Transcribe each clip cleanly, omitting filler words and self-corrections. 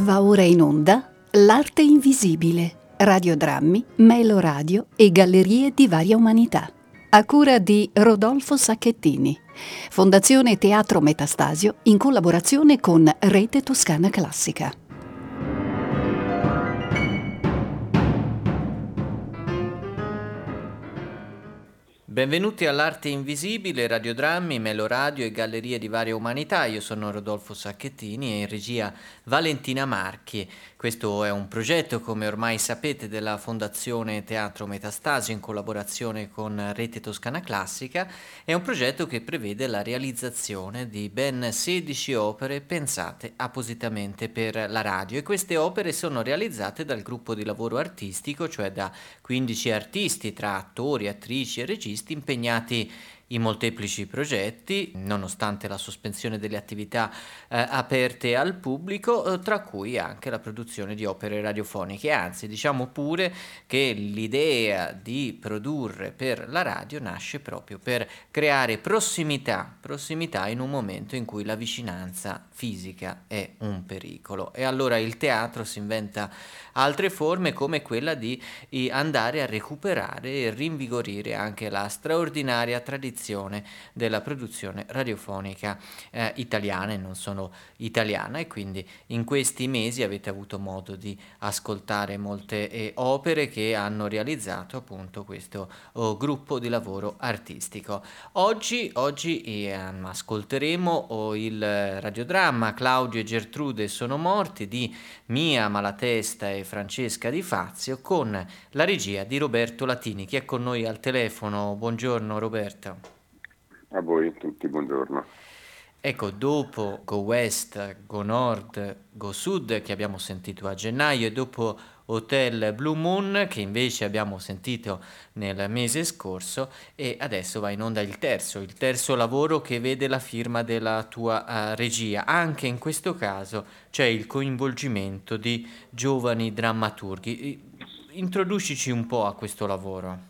Va ora in onda L'arte invisibile, radiodrammi, meloradio e gallerie di varia umanità. A cura di Rodolfo Sacchettini. Fondazione Teatro Metastasio in collaborazione con Rete Toscana Classica. Benvenuti all'Arte Invisibile, radiodrammi, meloradio e gallerie di varia umanità. Io sono Rodolfo Sacchettini e in regia Valentina Marchi. Questo è un progetto, come ormai sapete, della Fondazione Teatro Metastasio in collaborazione con Rete Toscana Classica. È un progetto che prevede la realizzazione di ben 16 opere pensate appositamente per la radio, e queste opere sono realizzate dal gruppo di lavoro artistico, cioè da 15 artisti tra attori, attrici e registi impegnati in molteplici progetti, nonostante la sospensione delle attività aperte al pubblico, tra cui anche la produzione di opere radiofoniche. Anzi, diciamo pure che l'idea di produrre per la radio nasce proprio per creare prossimità in un momento in cui la vicinanza fisica è un pericolo. E allora il teatro si inventa altre forme, come quella di andare a recuperare e rinvigorire anche la straordinaria tradizione della produzione radiofonica italiana, e non solo italiana, e quindi in questi mesi avete avuto modo di ascoltare molte opere che hanno realizzato appunto questo gruppo di lavoro artistico. Oggi ascolteremo il radiodramma Claudio e Gertrude sono morti di Mia Malatesta e Francesca Di Fazio, con la regia di Roberto Latini, che è con noi al telefono. Buongiorno Roberto. A voi tutti, buongiorno. Ecco, dopo Go West, Go Nord, Go Sud, che abbiamo sentito a gennaio, e dopo Hotel Blue Moon, che invece abbiamo sentito nel mese scorso, e adesso va in onda il terzo lavoro, che vede la firma della tua regia. Anche in questo caso c'è il coinvolgimento di giovani drammaturghi. Introducici un po' a questo lavoro.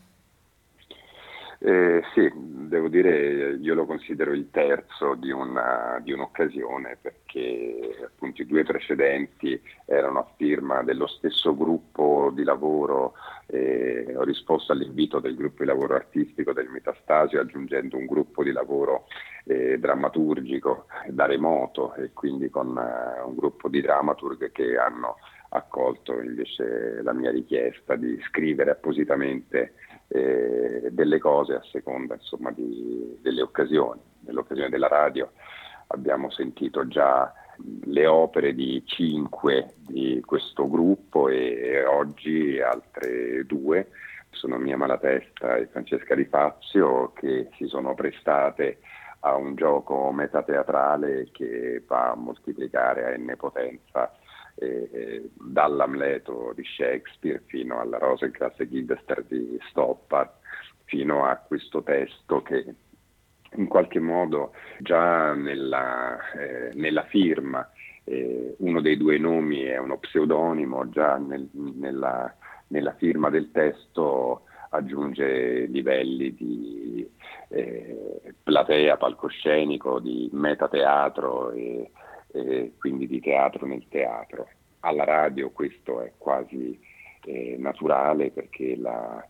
Sì, devo dire, io lo considero il terzo di un'occasione, perché appunto i due precedenti erano a firma dello stesso gruppo di lavoro. Ho risposto all'invito del gruppo di lavoro artistico del Metastasio, aggiungendo un gruppo di lavoro drammaturgico da remoto, e quindi con un gruppo di dramaturghi che hanno accolto invece la mia richiesta di scrivere appositamente delle cose a seconda, insomma, delle occasioni. Nell'occasione della radio abbiamo sentito già le opere di 5 di questo gruppo, e oggi altre 2 sono Mia Malatesta e Francesca Di Fazio, che si sono prestate a un gioco metateatrale che va a moltiplicare a n potenza dall'Amleto di Shakespeare fino alla Rosencrantz e Guildenstern di Stoppard, fino a questo testo che in qualche modo già nella firma, uno dei 2 nomi è uno pseudonimo, già nella firma del testo aggiunge livelli di platea, palcoscenico, di metateatro e quindi di teatro nel teatro. Alla radio questo è quasi naturale, perché la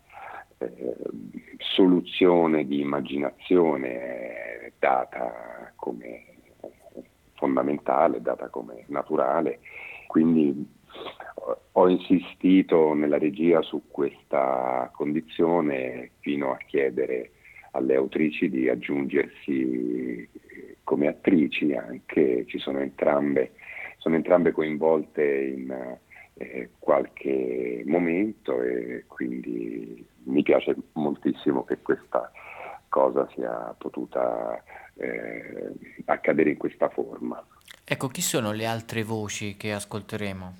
soluzione di immaginazione è data come fondamentale, data come naturale. Quindi ho insistito nella regia su questa condizione, fino a chiedere alle autrici di aggiungersi come attrici anche. Sono entrambe coinvolte in qualche momento, e quindi mi piace moltissimo che questa cosa sia potuta accadere in questa forma. Ecco, chi sono le altre voci che ascolteremo?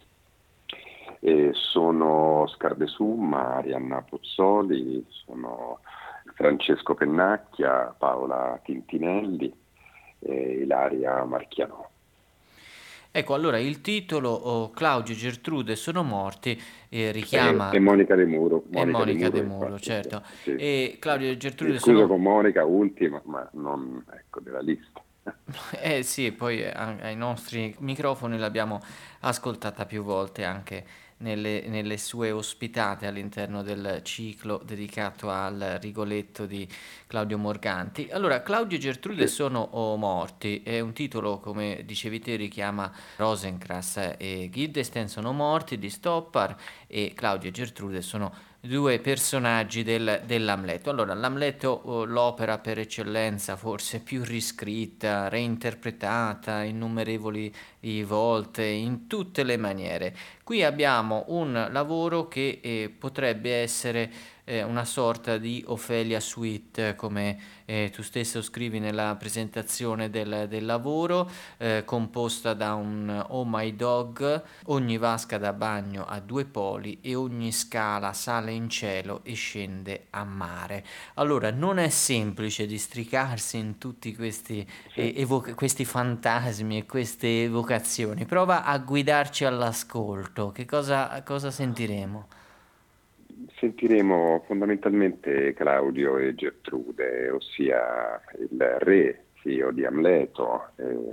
Sono Scardesumma, Arianna Pozzoli, sono Francesco Pennacchia, Paola Tintinelli e Ilaria Marchianò. Ecco, allora il titolo Claudio e Gertrude sono morti richiama... E Monica De Muro. Monica De Muro, infatti, certo. sì. E Claudio e Gertrude Mi scuso sono... con Monica, ultima, ma non, ecco, della lista. Eh sì, poi ai nostri microfoni l'abbiamo ascoltata più volte anche nelle sue ospitate all'interno del ciclo dedicato al Rigoletto di Claudio Morganti. Allora, Claudio e Gertrude Sì, sono morti, è un titolo, come dicevi te, richiama Rosencrantz e Guildenstern sono morti di Stoppard e Claudio e Gertrude sono due personaggi dell'Amleto. Allora, l'Amleto, l'opera per eccellenza, forse più riscritta, reinterpretata innumerevoli volte, in tutte le maniere. Qui abbiamo un lavoro che potrebbe essere una sorta di Ophelia Suite, come tu stesso scrivi nella presentazione del lavoro, composta da un Oh My Dog, ogni vasca da bagno ha due poli e ogni scala sale in cielo e scende a mare. Allora, non è semplice districarsi in tutti questi, sì. questi fantasmi e queste evocazioni. Prova a guidarci all'ascolto. Che cosa sentiremo? Sentiremo fondamentalmente Claudio e Gertrude, ossia il re, figlio di Amleto,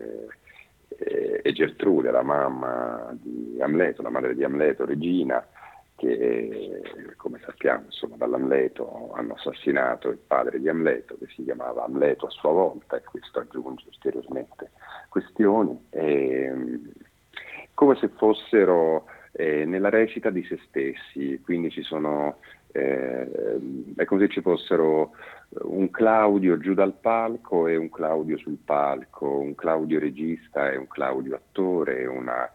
e Gertrude, la mamma di Amleto, la madre di Amleto, regina, che come sappiamo insomma, dall'Amleto hanno assassinato il padre di Amleto, che si chiamava Amleto a sua volta, e questo aggiunge ulteriormente questioni. Come se fossero nella recita di se stessi, quindi ci sono, è come se ci fossero un Claudio giù dal palco e un Claudio sul palco, un Claudio regista e un Claudio attore, una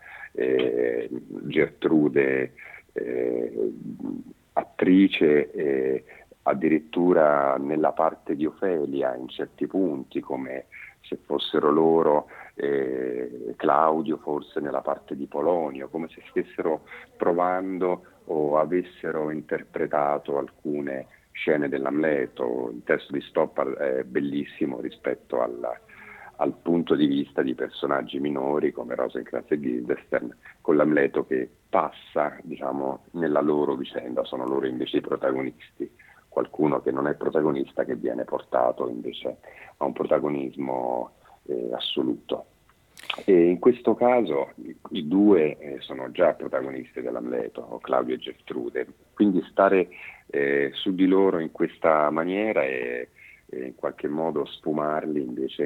Gertrude eh, attrice, addirittura nella parte di Ofelia in certi punti, come se fossero loro Claudio forse nella parte di Polonio, come se stessero provando o avessero interpretato alcune scene dell'Amleto. Il testo di Stoppard è bellissimo rispetto al punto di vista di personaggi minori come Rosencrantz e Guildenstern, con l'Amleto che passa, diciamo, nella loro vicenda, sono loro invece i protagonisti, qualcuno che non è protagonista che viene portato invece a un protagonismo assoluto. E in questo caso i due sono già protagonisti dell'Amleto, Claudio e Gertrude, quindi stare su di loro in questa maniera e in qualche modo sfumarli invece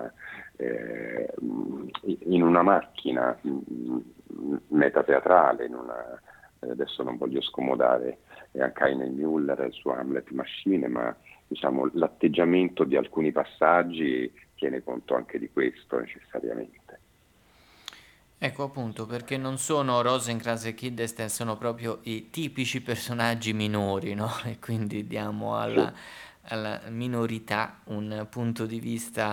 in una macchina metateatrale, adesso non voglio scomodare anche Heinrich Müller e il suo Hamlet Machine, ma diciamo, l'atteggiamento di alcuni passaggi tiene conto anche di questo necessariamente. Ecco appunto perché non sono Rosencrantz e Guildenstern, sono proprio i tipici personaggi minori, no? E quindi diamo Sì. alla minorità un punto di vista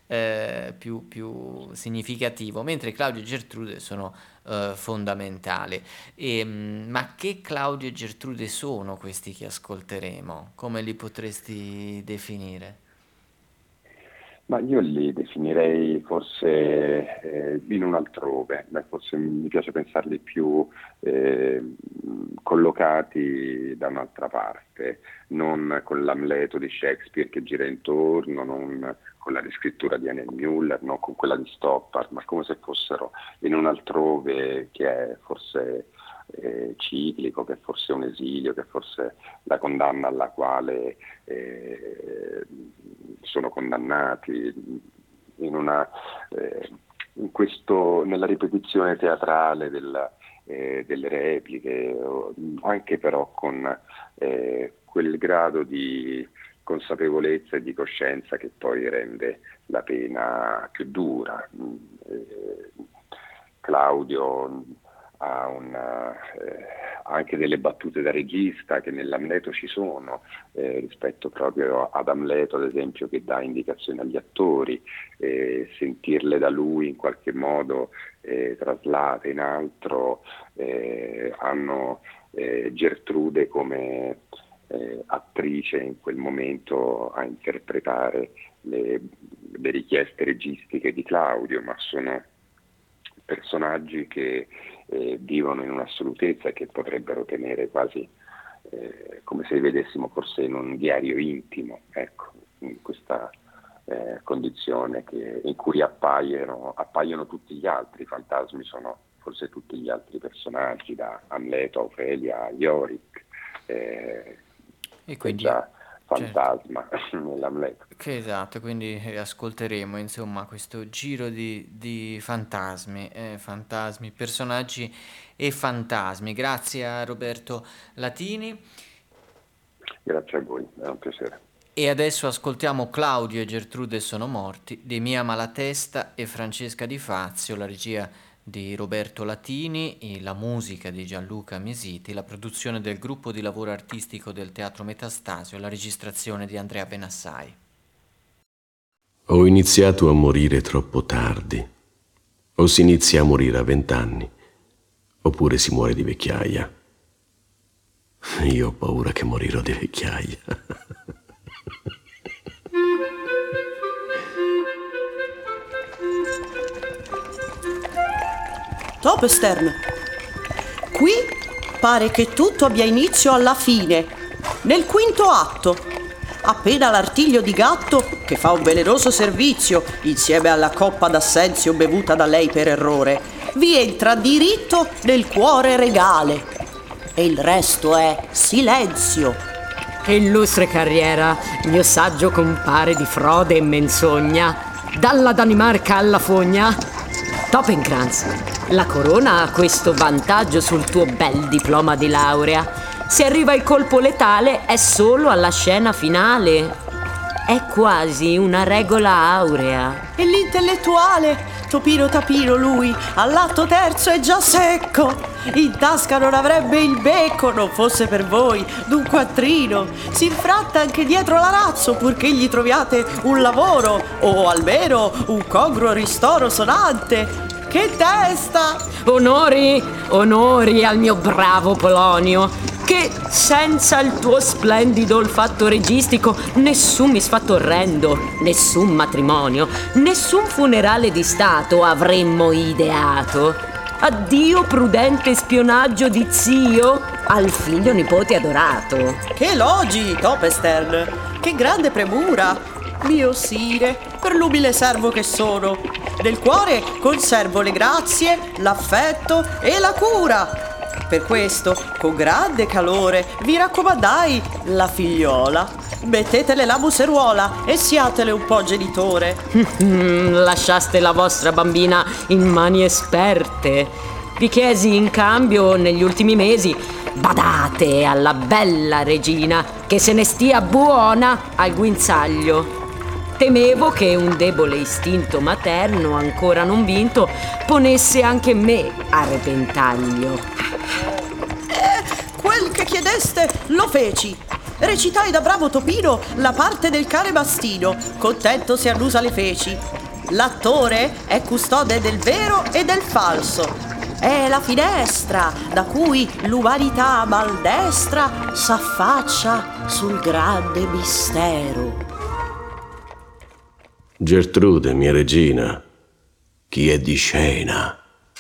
più significativo, mentre Claudio e Gertrude sono fondamentali. Ma che Claudio e Gertrude sono questi che ascolteremo? Come li potresti definire? Ma io li definirei forse in un altrove, beh, forse mi piace pensarli più collocati da un'altra parte, non con l'Amleto di Shakespeare che gira intorno, non con la riscrittura di Heinrich Müller, non con quella di Stoppard, ma come se fossero in un altrove che è forse ciclico, che forse è un esilio, che forse la condanna alla quale sono condannati eh, nella ripetizione teatrale delle repliche, anche però con quel grado di consapevolezza e di coscienza che poi rende la pena più dura. Claudio ha anche delle battute da regista che nell'Amleto ci sono, rispetto proprio ad Amleto, ad esempio, che dà indicazioni agli attori, sentirle da lui in qualche modo traslate in altro, hanno Gertrude come attrice in quel momento a interpretare le richieste registiche di Claudio, ma sono personaggi che vivono in un'assolutezza e che potrebbero tenere quasi come se li vedessimo forse in un diario intimo, ecco, in questa condizione in cui appaiono tutti gli altri. I fantasmi sono forse tutti gli altri personaggi, da Amleto a Ofelia a Yorick, e quindi già fantasma, certo, nell'Amleto. Esatto, quindi ascolteremo insomma questo giro di fantasmi, personaggi e fantasmi. Grazie a Roberto Latini. Grazie a voi, è un piacere. E adesso ascoltiamo Claudio e Gertrude sono morti di Mia Malatesta e Francesca Di Fazio, la regia di Roberto Latini, e la musica di Gianluca Mesiti, la produzione del gruppo di lavoro artistico del Teatro Metastasio, la registrazione di Andrea Benassai. Ho iniziato a morire troppo tardi. O si inizia a morire a 20 anni, oppure si muore di vecchiaia. Io ho paura che morirò di vecchiaia. Topestern, qui pare che tutto abbia inizio alla fine, nel quinto atto. Appena l'artiglio di gatto, che fa un veleroso servizio insieme alla coppa d'assenzio bevuta da lei per errore, vi entra diritto nel cuore regale. E il resto è silenzio. Illustre carriera, mio saggio compare di frode e menzogna, dalla Danimarca alla fogna. Toppenkranz, la corona ha questo vantaggio sul tuo bel diploma di laurea. Se arriva il colpo letale è solo alla scena finale. È quasi una regola aurea. E l'intellettuale, Topino Tapino, lui, all'atto terzo è già secco. In tasca non avrebbe il becco, non fosse per voi, d'un quattrino. Si infratta anche dietro l'arazzo, purché gli troviate un lavoro, o almeno un congruo ristoro sonante. Che testa! Onori, onori al mio bravo Polonio, che senza il tuo splendido olfatto registico nessun misfatto orrendo, nessun matrimonio, nessun funerale di stato avremmo ideato. Addio prudente spionaggio di zio al figlio nipote adorato. Che elogi, Topestern! Che grande premura! Mio sire, per l'umile servo che sono, nel cuore conservo le grazie, l'affetto e la cura. Per questo, con grande calore, vi raccomandai la figliola. Mettetele la museruola e siatele un po' genitore. Lasciaste la vostra bambina in mani esperte. Vi chiesi in cambio negli ultimi mesi: badate alla bella regina, che se ne stia buona al guinzaglio. Temevo che un debole istinto materno ancora non vinto ponesse anche me a repentaglio. Quel che chiedeste lo feci. Recitai da bravo Topino la parte del cane mastino, contento si annusa le feci. L'attore è custode del vero e del falso. È la finestra da cui l'umanità maldestra s'affaccia sul grande mistero. Gertrude, mia regina, chi è di scena?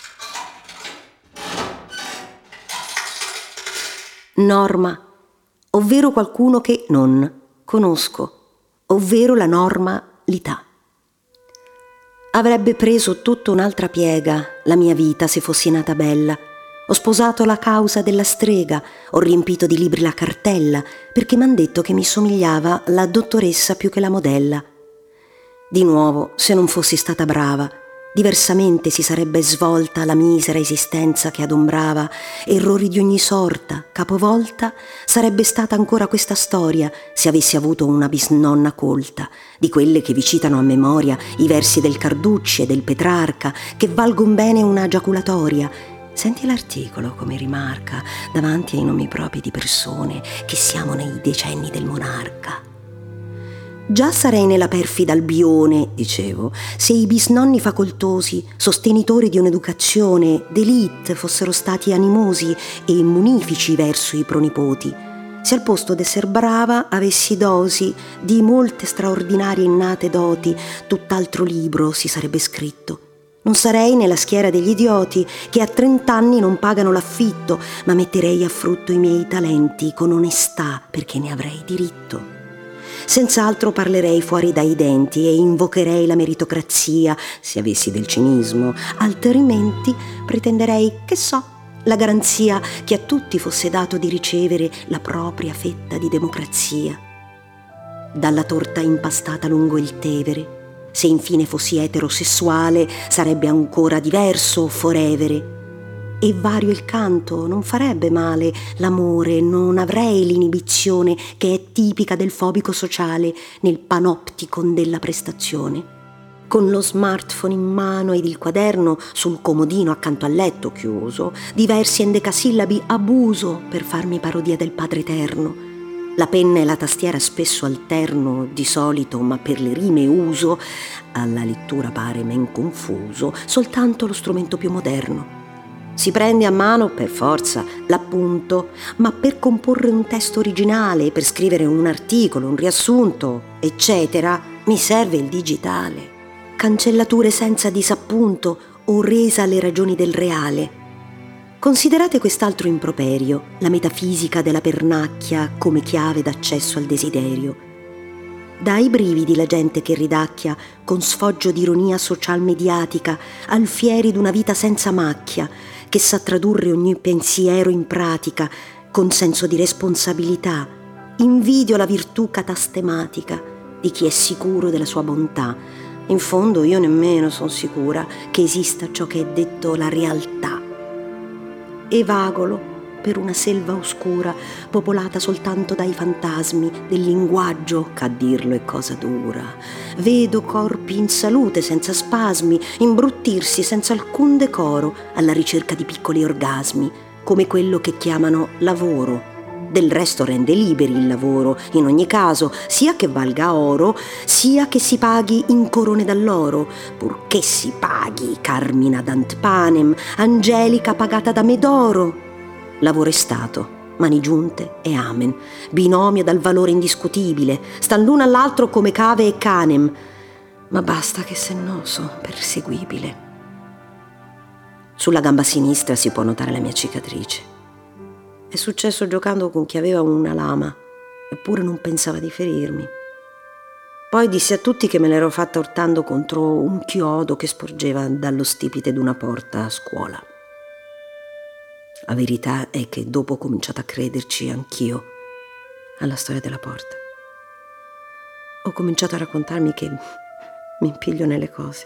Norma, ovvero qualcuno che non conosco, ovvero la normalità. Avrebbe preso tutta un'altra piega la mia vita se fossi nata bella. Ho sposato la causa della strega, ho riempito di libri la cartella, perché m'han detto che mi somigliava la dottoressa più che la modella. Di nuovo, se non fossi stata brava, diversamente si sarebbe svolta la misera esistenza che adombrava, errori di ogni sorta, capovolta, sarebbe stata ancora questa storia se avessi avuto una bisnonna colta, di quelle che vi citano a memoria i versi del Carducci e del Petrarca, che valgon bene una giaculatoria. Senti l'articolo come rimarca, davanti ai nomi propri di persone, che siamo nei decenni del monarca. Già sarei nella perfida Albione, dicevo, se i bisnonni facoltosi, sostenitori di un'educazione d'élite, fossero stati animosi e munifici verso i pronipoti. Se al posto d'esser brava avessi dosi di molte straordinarie innate doti, tutt'altro libro si sarebbe scritto. Non sarei nella schiera degli idioti che a 30 anni non pagano l'affitto, ma metterei a frutto i miei talenti con onestà perché ne avrei diritto. Senz'altro parlerei fuori dai denti e invocherei la meritocrazia, se avessi del cinismo, altrimenti pretenderei, che so, la garanzia che a tutti fosse dato di ricevere la propria fetta di democrazia. Dalla torta impastata lungo il Tevere, se infine fossi eterosessuale, sarebbe ancora diverso forevere. E vario il canto, non farebbe male l'amore, non avrei l'inibizione che è tipica del fobico sociale nel panopticon della prestazione. Con lo smartphone in mano ed il quaderno sul comodino accanto al letto chiuso, diversi endecasillabi abuso per farmi parodia del Padre Eterno. La penna e la tastiera spesso alterno di solito, ma per le rime uso, alla lettura pare men confuso, soltanto lo strumento più moderno. Si prende a mano, per forza, l'appunto, ma per comporre un testo originale, per scrivere un articolo, un riassunto, eccetera, mi serve il digitale. Cancellature senza disappunto o resa alle ragioni del reale. Considerate quest'altro improperio, la metafisica della pernacchia come chiave d'accesso al desiderio. Dai brividi la gente che ridacchia, con sfoggio di ironia social mediatica, alfieri d'una vita senza macchia, che sa tradurre ogni pensiero in pratica, con senso di responsabilità. Invidio la virtù catastematica di chi è sicuro della sua bontà. In fondo io nemmeno sono sicura che esista ciò che è detto la realtà. Evagolo per una selva oscura, popolata soltanto dai fantasmi del linguaggio, che a dirlo è cosa dura. Vedo corpi in salute senza spasmi, imbruttirsi senza alcun decoro, alla ricerca di piccoli orgasmi, come quello che chiamano lavoro. Del resto rende liberi il lavoro, in ogni caso, sia che valga oro, sia che si paghi in corone d'alloro, purché si paghi Carmina dant panem, Angelica pagata da Medoro. Lavoro è stato, mani giunte e amen, binomio dal valore indiscutibile, stan l'uno all'altro come cave e canem, ma basta che sennoso, perseguibile. Sulla gamba sinistra si può notare la mia cicatrice. È successo giocando con chi aveva una lama, eppure non pensava di ferirmi. Poi dissi a tutti che me l'ero fatta urtando contro un chiodo che sporgeva dallo stipite d'una porta a scuola. La verità è che dopo ho cominciato a crederci anch'io alla storia della porta. Ho cominciato a raccontarmi che mi impiglio nelle cose.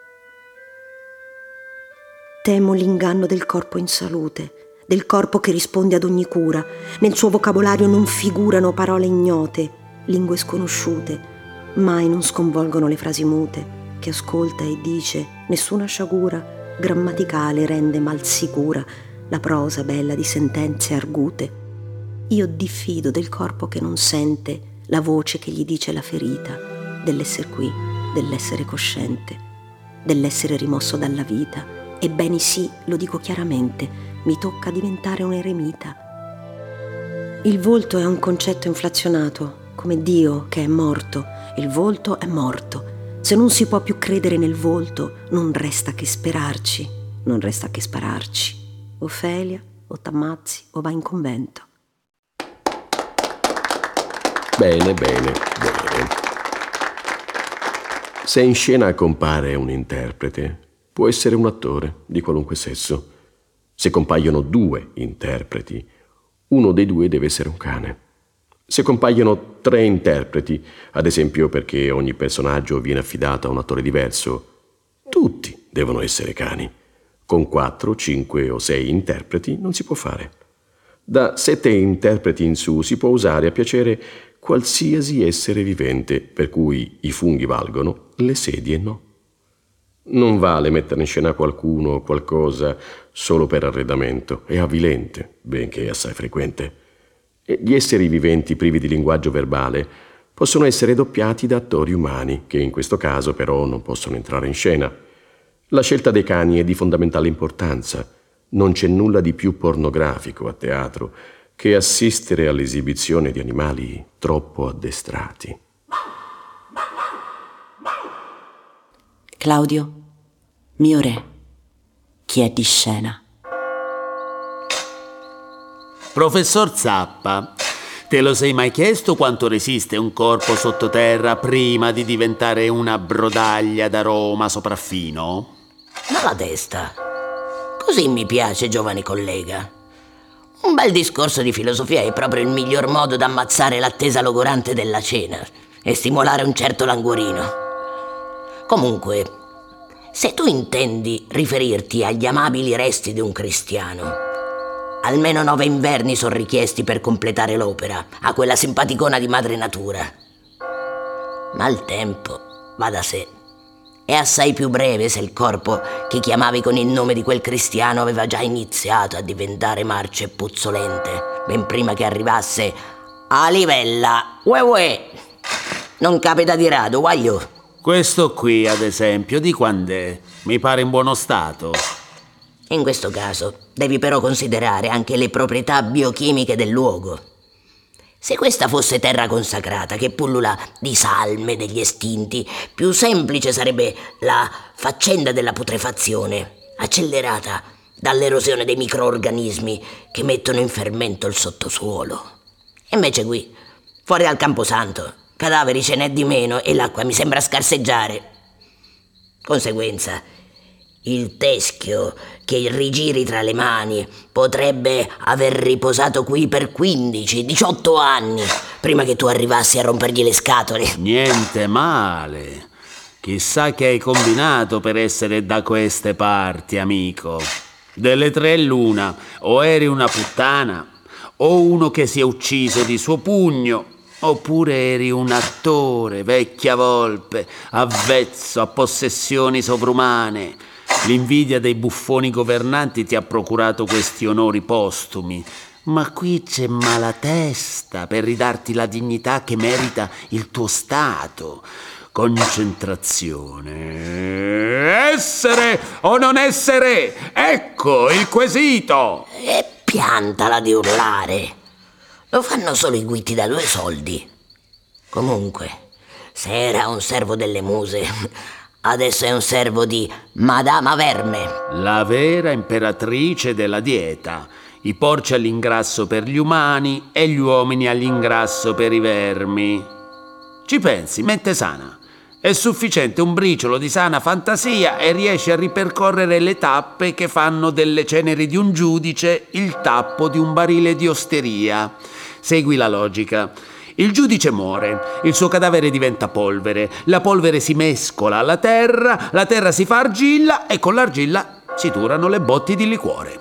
Temo l'inganno del corpo in salute, del corpo che risponde ad ogni cura. Nel suo vocabolario non figurano parole ignote, lingue sconosciute, mai non sconvolgono le frasi mute, che ascolta e dice, nessuna sciagura grammaticale rende mal sicura la prosa bella di sentenze argute. Io diffido del corpo che non sente la voce che gli dice la ferita, dell'essere qui, dell'essere cosciente, dell'essere rimosso dalla vita. Ebbene sì, lo dico chiaramente, mi tocca diventare un eremita. Il volto è un concetto inflazionato, come Dio che è morto. Il volto è morto. Se non si può più credere nel volto, non resta che sperarci, non resta che spararci. Ofelia, o t'ammazzi o vai in convento. Bene. Se in scena compare un interprete, può essere un attore di qualunque sesso. Se compaiono 2 interpreti, uno dei 2 deve essere un cane. Se compaiono 3 interpreti, ad esempio perché ogni personaggio viene affidato a un attore diverso, tutti devono essere cani. Con 4, 5 o 6 interpreti non si può fare. Da 7 interpreti in su si può usare a piacere qualsiasi essere vivente, per cui i funghi valgono, le sedie no. Non vale mettere in scena qualcuno o qualcosa solo per arredamento, è avvilente, benché assai frequente. E gli esseri viventi privi di linguaggio verbale possono essere doppiati da attori umani, che in questo caso però non possono entrare in scena. La scelta dei cani è di fondamentale importanza. Non c'è nulla di più pornografico a teatro che assistere all'esibizione di animali troppo addestrati. Claudio, mio re, chi è di scena? Professor Zappa, Te lo sei mai chiesto quanto resiste un corpo sottoterra prima di diventare una brodaglia d'aroma sopraffino? Ma la testa. Così mi piace, giovane collega. Un bel discorso di filosofia è proprio il miglior modo d'ammazzare l'attesa logorante della cena e stimolare un certo languorino. Comunque, se tu intendi riferirti agli amabili resti di un cristiano, almeno 9 inverni sono richiesti per completare l'opera a quella simpaticona di madre natura. Ma il tempo, va da sé, è assai più breve se il corpo che chiamavi con il nome di quel cristiano aveva già iniziato a diventare marcio e puzzolente, ben prima che arrivasse a livella. Uè. Non capita di rado, guaglio. Questo qui, ad esempio, di quand'è? Mi pare in buono stato. In questo caso devi però considerare anche le proprietà biochimiche del luogo. Se questa fosse terra consacrata che pullula di salme degli estinti, più semplice sarebbe la faccenda della putrefazione, accelerata dall'erosione dei microorganismi che mettono in fermento il sottosuolo. Invece qui, fuori dal Camposanto, cadaveri ce n'è di meno e l'acqua mi sembra scarseggiare. Conseguenza, il teschio che rigiri tra le mani potrebbe aver riposato qui per 15-18 anni prima che tu arrivassi a rompergli le scatole. Niente male. Chissà che hai combinato per essere da queste parti, amico. Delle tre l'una, o eri una puttana, o uno che si è ucciso di suo pugno, oppure eri un attore, vecchia volpe, avvezzo a possessioni sovrumane. L'invidia dei buffoni governanti ti ha procurato questi onori postumi, ma qui c'è malatesta per ridarti la dignità che merita il tuo stato. Concentrazione. Essere o non essere? Ecco il quesito. E piantala di urlare. Lo fanno solo i guitti da 2 soldi. Comunque, se era un servo delle muse, adesso è un servo di Madama Verme. La vera imperatrice della dieta. I porci all'ingrasso per gli umani e gli uomini all'ingrasso per i vermi. Ci pensi, mente sana. È sufficiente un briciolo di sana fantasia e riesci a ripercorrere le tappe che fanno delle ceneri di un giudice il tappo di un barile di osteria. Segui la logica. Il giudice muore, il suo cadavere diventa polvere, la polvere si mescola alla terra, la terra si fa argilla e con l'argilla si turano le botti di liquore.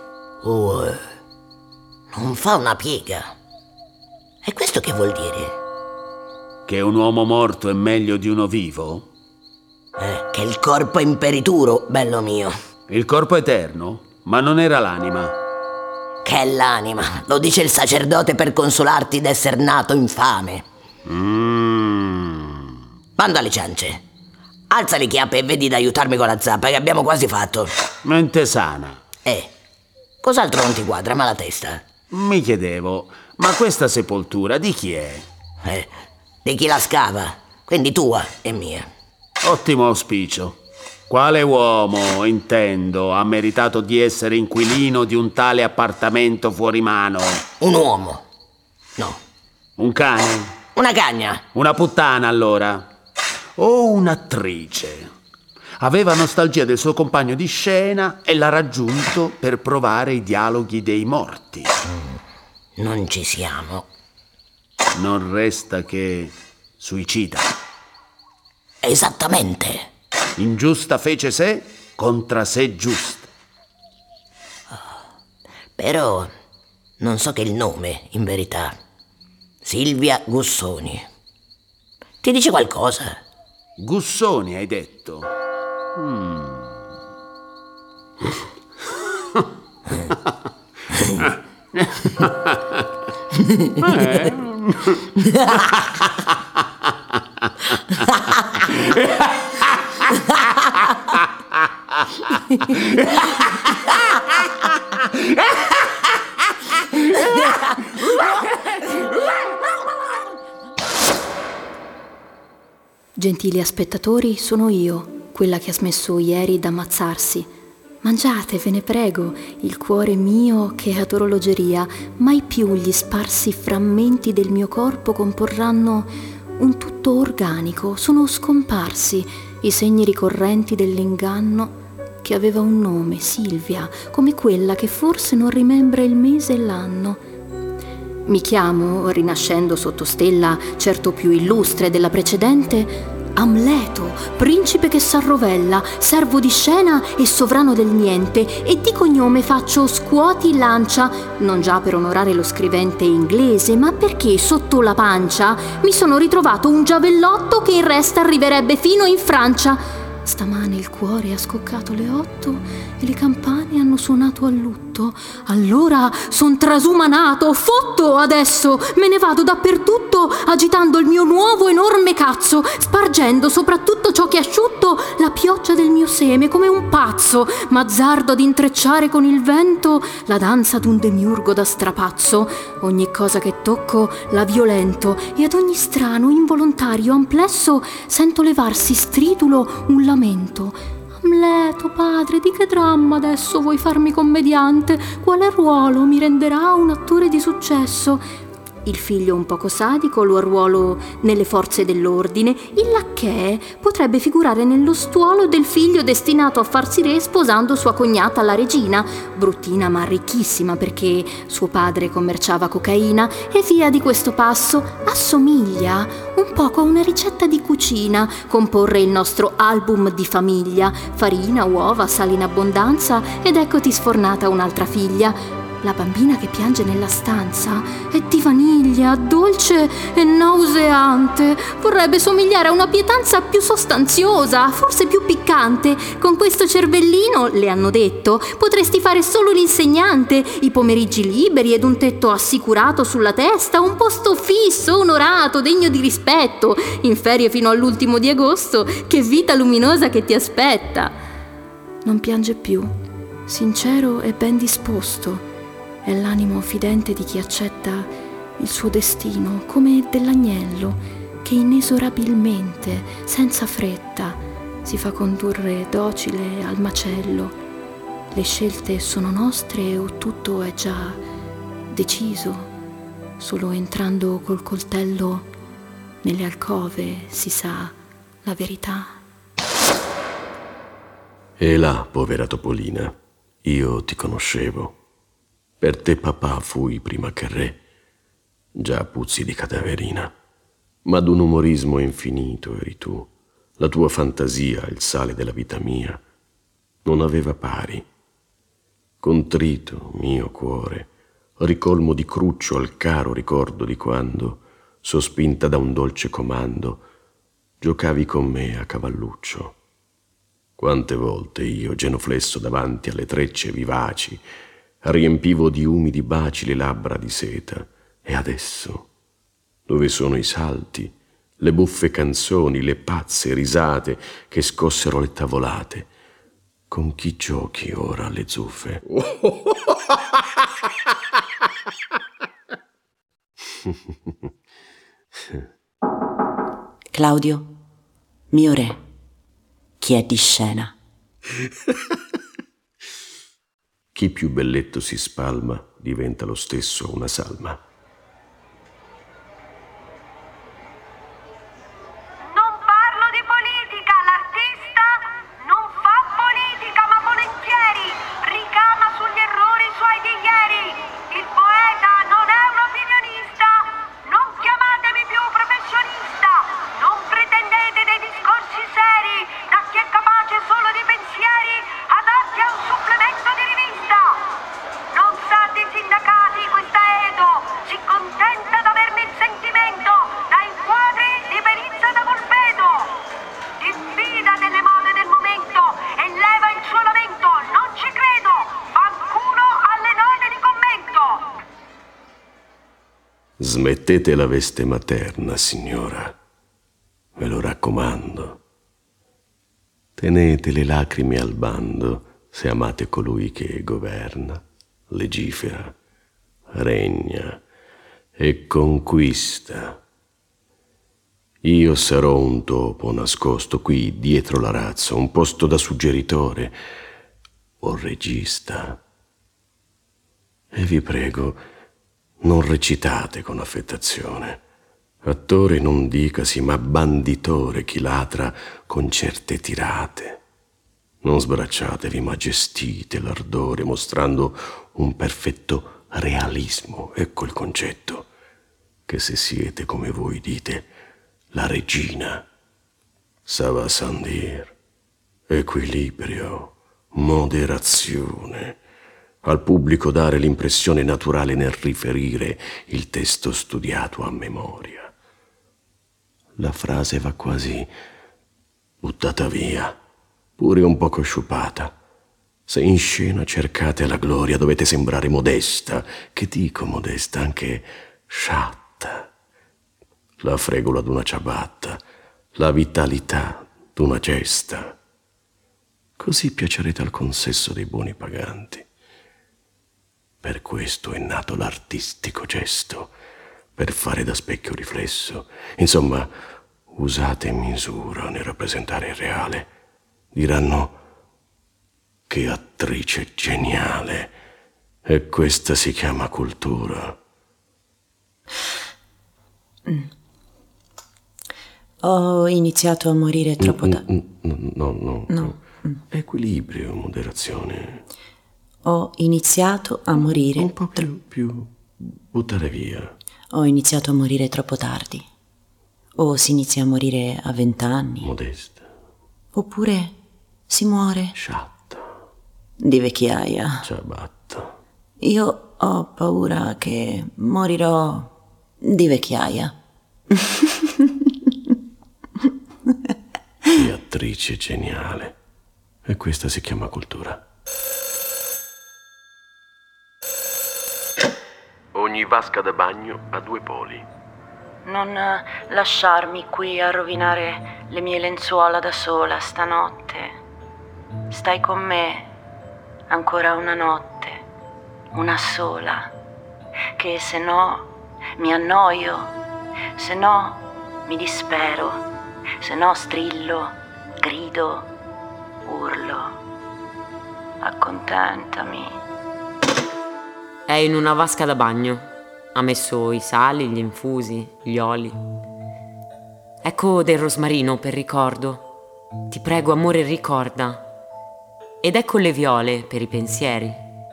Non fa una piega. E questo che vuol dire? Che un uomo morto è meglio di uno vivo? Che il corpo è imperituro, bello mio. Il corpo è eterno, ma non era l'anima. Che è l'anima? Lo dice il sacerdote per consolarti d'esser nato infame. Bando alle ciance. Alza le chiappe e vedi d'aiutarmi con la zappa che abbiamo quasi fatto. Mente sana. Cos'altro non ti quadra, ma la testa? Mi chiedevo, ma questa sepoltura di chi è? Di chi la scava, quindi tua e mia. Ottimo auspicio. Quale uomo, intendo, ha meritato di essere inquilino di un tale appartamento fuori mano? Un uomo. No. Un cane? Una cagna. Una puttana, allora? O un'attrice? Aveva nostalgia del suo compagno di scena e l'ha raggiunto per provare i dialoghi dei morti. Non ci siamo. Non resta che suicida. Esattamente. Ingiusta fece sé contra sé giusta. Però non so che il nome, in verità. Silvia Gussoni. Ti dice qualcosa? Gussoni, hai detto? Gentili aspettatori, sono io, quella che ha smesso ieri d'ammazzarsi, Mangiate, ve ne prego, il cuore mio che ad orologeria, mai più gli sparsi frammenti del mio corpo comporranno un tutto organico. Sono scomparsi i segni ricorrenti dell'inganno che aveva un nome, Silvia, come quella che forse non rimembra il mese e l'anno. Mi chiamo, rinascendo sotto stella certo più illustre della precedente, Amleto, principe che s'arrovella, servo di scena e sovrano del niente, e di cognome faccio Scuoti Lancia, non già per onorare lo scrivente inglese, ma perché sotto la pancia mi sono ritrovato un giavellotto che in resta arriverebbe fino in Francia. Stamane il cuore ha scoccato le 8 e le campane hanno suonato a lutto. Allora son trasumanato, fotto adesso, me ne vado dappertutto agitando il mio nuovo enorme cazzo, spargendo soprattutto ciò che è asciutto la pioggia del mio seme come un pazzo, m'azzardo ad intrecciare con il vento la danza d'un demiurgo da strapazzo. Ogni cosa che tocco la violento e ad ogni strano, involontario amplesso sento levarsi stridulo un lamento. Amleto, padre, di che dramma adesso vuoi farmi commediante? Quale ruolo mi renderà un attore di successo? Il figlio un poco sadico lo arruolo nelle forze dell'ordine, il lacchè potrebbe figurare nello stuolo del figlio destinato a farsi re sposando sua cognata la regina, bruttina ma ricchissima perché suo padre commerciava cocaina, e via di questo passo. Assomiglia un poco a una ricetta di cucina, comporre il nostro album di famiglia, farina, uova, sale in abbondanza, ed eccoti sfornata un'altra figlia. La bambina che piange nella stanza è di vaniglia, dolce e nauseante. Vorrebbe somigliare a una pietanza più sostanziosa, forse più piccante. Con questo cervellino, le hanno detto, potresti fare solo l'insegnante, i pomeriggi liberi ed un tetto assicurato sulla testa, un posto fisso, onorato, degno di rispetto, in ferie fino all'ultimo di agosto. Che vita luminosa che ti aspetta! Non piange più, sincero e ben disposto. È l'animo fidente di chi accetta il suo destino, come dell'agnello che inesorabilmente, senza fretta, si fa condurre docile al macello. Le scelte sono nostre o tutto è già deciso? Solo entrando col coltello nelle alcove si sa la verità. E là, povera Topolina, io ti conoscevo. Per te papà fui prima che re, già puzzi di cadaverina, ma d'un umorismo infinito eri tu. La tua fantasia, il sale della vita mia, non aveva pari. Contrito, mio cuore, ricolmo di cruccio al caro ricordo di quando, sospinta da un dolce comando, giocavi con me a cavalluccio. Quante volte io, genuflesso davanti alle trecce vivaci, riempivo di umidi baci le labbra di seta. E adesso, dove sono i salti, le buffe canzoni, le pazze risate che scossero le tavolate? Con chi giochi ora alle zuffe? Claudio, mio re, chi è di scena? Chi più belletto si spalma diventa lo stesso una salma. Non parlo di politica, l'artista non fa politica ma volentieri ricama sugli errori suoi di ieri. Il poeta non è un opinionista, non chiamatemi più professionista, non pretendete dei discorsi seri da chi è capace solo di pensieri adatti a un supplemento di rivista. Non sa di sindacati questa Edo, si contenta d'avermi il sentimento, dai quadri di perizia da Volpedo. Diffida delle mode del momento e leva il suo lamento, non ci credo, fanculo alle note di commento. Smettete la veste materna, signora, ve lo raccomando. Tenete le lacrime al bando se amate colui che governa, legifera, regna e conquista. Io sarò un topo nascosto qui dietro l'arazzo, un posto da suggeritore, o regista. E vi prego, non recitate con affettazione. Attore non dicasi, ma banditore chi ladra con certe tirate. Non sbracciatevi, ma gestite l'ardore mostrando un perfetto realismo. Ecco il concetto, che se siete come voi dite la regina, ça va sans dire, equilibrio, moderazione, al pubblico dare l'impressione naturale nel riferire il testo studiato a memoria. La frase va quasi buttata via, pure un poco sciupata. Se in scena cercate la gloria dovete sembrare modesta, che dico modesta, anche sciatta, la fregola d'una ciabatta, la vitalità d'una gesta. Così piacerete al consesso dei buoni paganti. Per questo è nato l'artistico gesto, per fare da specchio riflesso. Insomma, usate misura nel rappresentare il reale. Diranno: che attrice geniale! E questa si chiama cultura. Ho iniziato a morire troppo tardi. No. Equilibrio, moderazione. Ho iniziato a morire... Un po' più buttare via. Ho iniziato a morire troppo tardi. O si inizia a morire a 20 anni. Modesta. Oppure si muore... Sciatta. Di vecchiaia. Ciabatta. Io ho paura che morirò di vecchiaia. Che attrice geniale. E questa si chiama cultura. Ogni vasca da bagno ha due poli. Non lasciarmi qui a rovinare le mie lenzuola da sola stanotte. Stai con me ancora una notte, una sola, che se no mi annoio, se no mi dispero, se no strillo, grido, urlo. Accontentami. È in una vasca da bagno. Ha messo i sali, gli infusi, gli oli. Ecco del rosmarino per ricordo. Ti prego, amore, ricorda. Ed ecco le viole per i pensieri.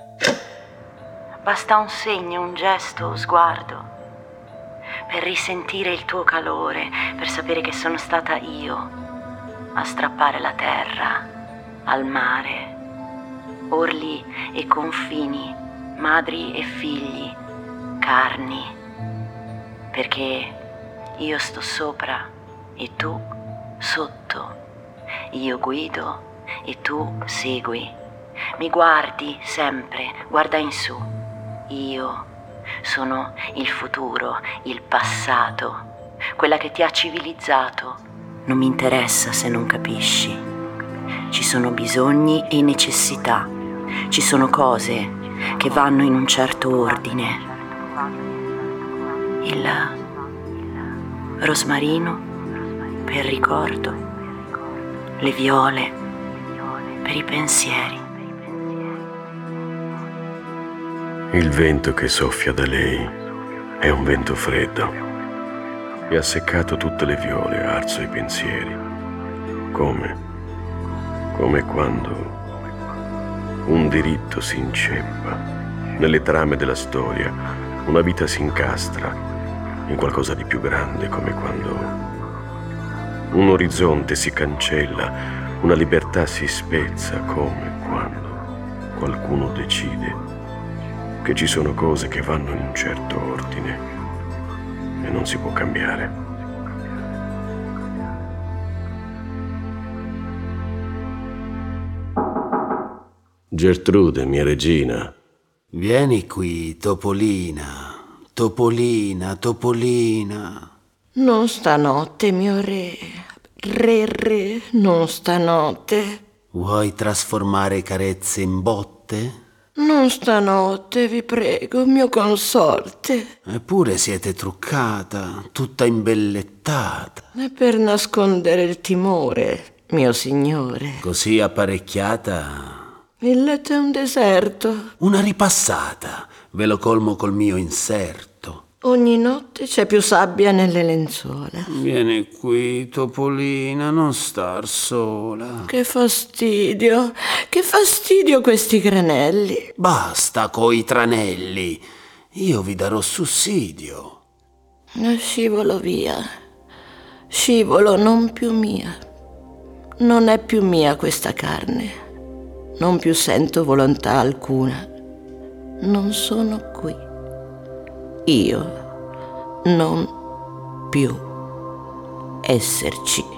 Basta un segno, un gesto, un sguardo, per risentire il tuo calore, per sapere che sono stata io a strappare la terra al mare, orli e confini, madri e figli, carni, perché io sto sopra e tu sotto, io guido e tu segui, mi guardi sempre, guarda in su, io sono il futuro, il passato, quella che ti ha civilizzato, non mi interessa se non capisci, ci sono bisogni e necessità, ci sono cose che vanno in un certo ordine. Il rosmarino per ricordo, le viole per i pensieri. Il vento che soffia da lei è un vento freddo e ha seccato tutte le viole e arso i pensieri. Come quando un diritto si inceppa nelle trame della storia, una vita si incastra in qualcosa di più grande, come quando un orizzonte si cancella, una libertà si spezza, come quando qualcuno decide che ci sono cose che vanno in un certo ordine e non si può cambiare. Gertrude, mia regina. Vieni qui, Topolina. Topolina, Topolina. Non stanotte, mio re. Re, non stanotte. Vuoi trasformare carezze in botte? Non stanotte, vi prego, mio consorte. Eppure siete truccata, tutta imbellettata. È per nascondere il timore, mio signore. Così apparecchiata, Il letto è un deserto. Una ripassata, ve lo colmo col mio inserto. Ogni notte c'è più sabbia nelle lenzuola. Vieni qui, Topolina, non star sola. Che fastidio questi granelli. Basta coi tranelli, io vi darò sussidio. Scivolo via, scivolo, non più mia. Non è più mia questa carne, non più sento volontà alcuna. Non sono qui. Io non più esserci.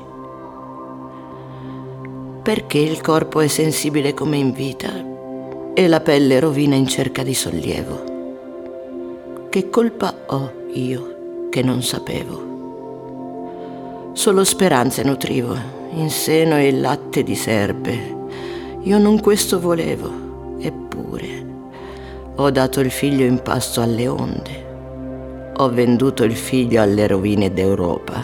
Perché il corpo è sensibile come in vita e la pelle rovina in cerca di sollievo. Che colpa ho io che non sapevo? Solo speranze nutrivo, in seno e il latte di serpe. Io non questo volevo, eppure ho dato il figlio in pasto alle onde. Ho venduto il figlio alle rovine d'Europa.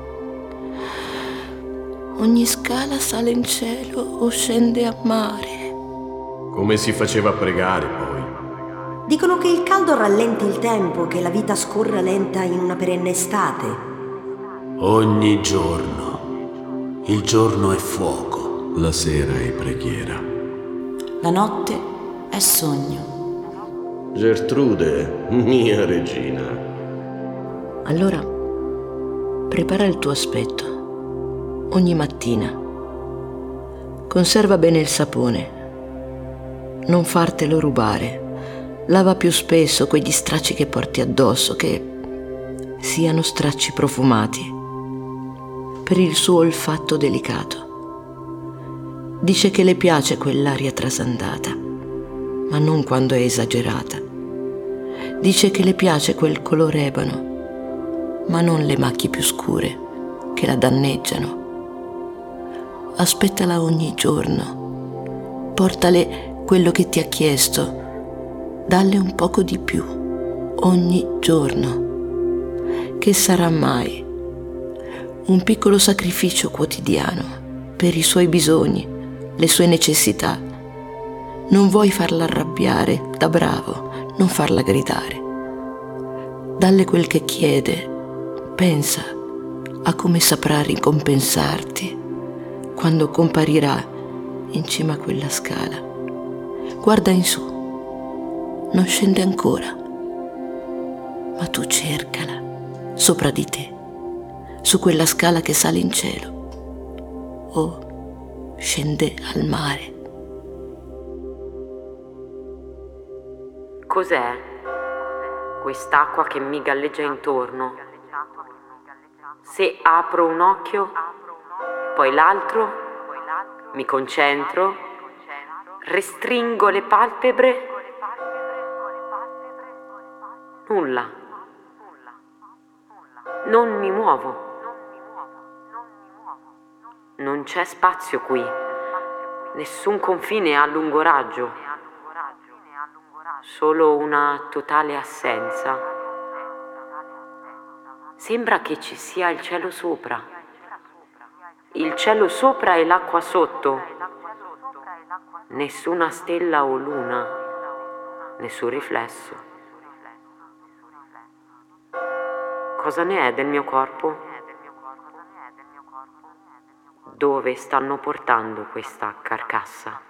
Ogni scala sale in cielo o scende a mare. Come si faceva a pregare poi? Dicono che il caldo rallenti il tempo, che la vita scorra lenta in una perenne estate. Ogni giorno. Il giorno è fuoco. La sera è preghiera. La notte è sogno. Gertrude, mia regina. Allora, prepara il tuo aspetto. Ogni mattina. Conserva bene il sapone. Non fartelo rubare. Lava più spesso quegli stracci che porti addosso, che siano stracci profumati, per il suo olfatto delicato. Dice che le piace quell'aria trasandata, ma non quando è esagerata. Dice che le piace quel colore ebano, ma non le macchie più scure che la danneggiano. Aspettala ogni giorno. Portale quello che ti ha chiesto. Dalle un poco di più ogni giorno. Che sarà mai? Un piccolo sacrificio quotidiano per i suoi bisogni, le sue necessità. Non vuoi farla arrabbiare, da bravo, non farla gridare. Dalle quel che chiede. Pensa a come saprà ricompensarti quando comparirà in cima a quella scala. Guarda in su, non scende ancora, ma tu cercala sopra di te, su quella scala che sale in cielo o scende al mare. Cos'è quest'acqua che mi galleggia intorno? Se apro un occhio, poi l'altro, mi concentro, restringo le palpebre, nulla. Non mi muovo. Non c'è spazio qui, nessun confine a lungo raggio, solo una totale assenza. Sembra che ci sia il cielo sopra. Il cielo sopra e l'acqua sotto. Nessuna stella o luna, nessun riflesso. Cosa ne è del mio corpo? Dove stanno portando questa carcassa?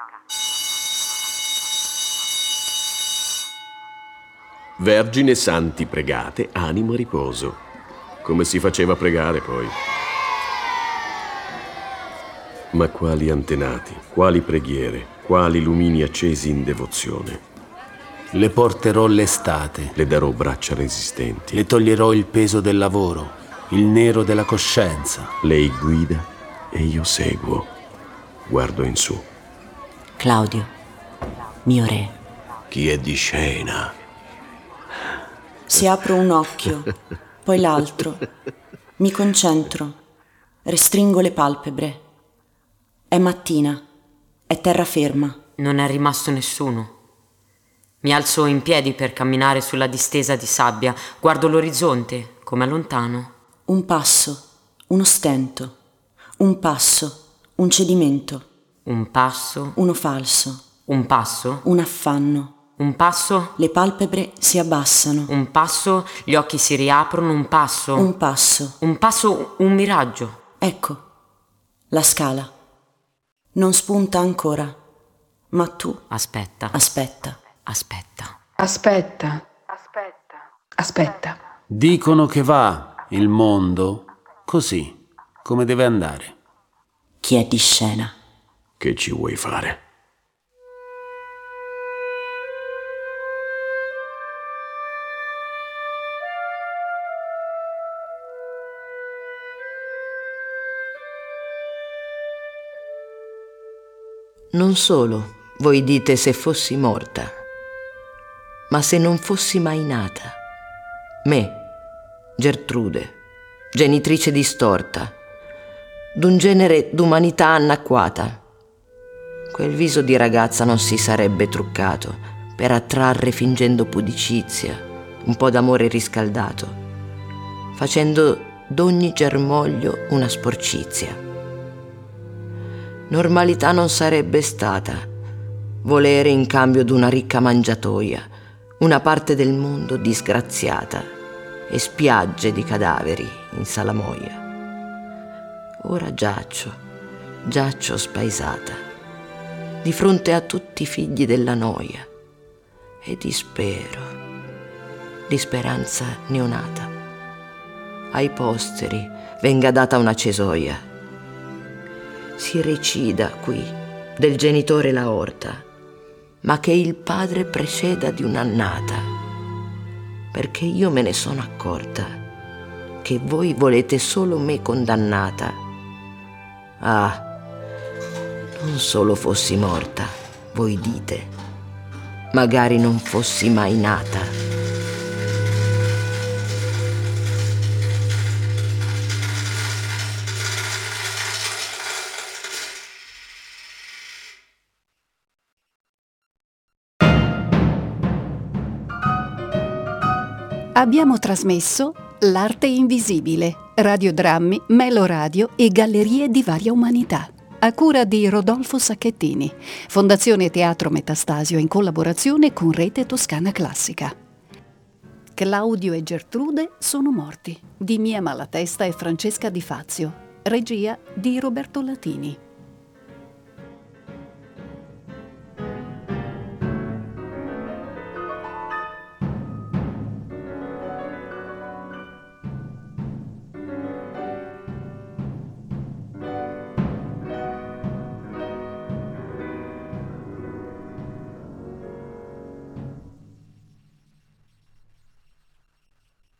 Vergine santi pregate, animo a riposo. Come si faceva a pregare poi? Ma quali antenati, quali preghiere, quali lumini accesi in devozione. Le porterò l'estate. Le darò braccia resistenti. Le toglierò il peso del lavoro, il nero della coscienza. Lei guida e io seguo. Guardo in su. Claudio, mio re. Chi è di scena? Se apro un occhio, poi l'altro, mi concentro, restringo le palpebre. È mattina, è terraferma. Non è rimasto nessuno. Mi alzo in piedi per camminare sulla distesa di sabbia, guardo l'orizzonte, come lontano. Un passo, uno stento, un passo, un cedimento. Un passo. Uno falso. Un passo. Un affanno. Un passo. Le palpebre si abbassano. Un passo. Gli occhi si riaprono. Un passo. Un passo. Un passo, un miraggio. Ecco, la scala. Non spunta ancora. Ma tu... Aspetta. Aspetta. Aspetta. Aspetta. Aspetta. Dicono che va il mondo così, come deve andare. Chi è di scena? Che ci vuoi fare? Non solo voi dite se fossi morta, ma se non fossi mai nata. Me, Gertrude, genitrice distorta, d'un genere d'umanità anacquata. Quel viso di ragazza non si sarebbe truccato per attrarre fingendo pudicizia, un po' d'amore riscaldato, facendo d'ogni germoglio una sporcizia. Normalità non sarebbe stata volere in cambio d'una ricca mangiatoia una parte del mondo disgraziata e spiagge di cadaveri in salamoia. Ora giaccio spaesata, di fronte a tutti i figli della noia e dispero, di speranza neonata. Ai posteri venga data una cesoia. Si recida qui del genitore l'aorta, ma che il padre preceda di un'annata, perché io me ne sono accorta che voi volete solo me condannata. Ah, non solo fossi morta, voi dite, magari non fossi mai nata. Abbiamo trasmesso L'arte invisibile, radiodrammi, Meloradio e gallerie di varia umanità, a cura di Rodolfo Sacchettini, Fondazione Teatro Metastasio in collaborazione con Rete Toscana Classica. Claudio e Gertrude sono morti, di Mia Malatesta e Francesca Di Fazio, regia di Roberto Latini.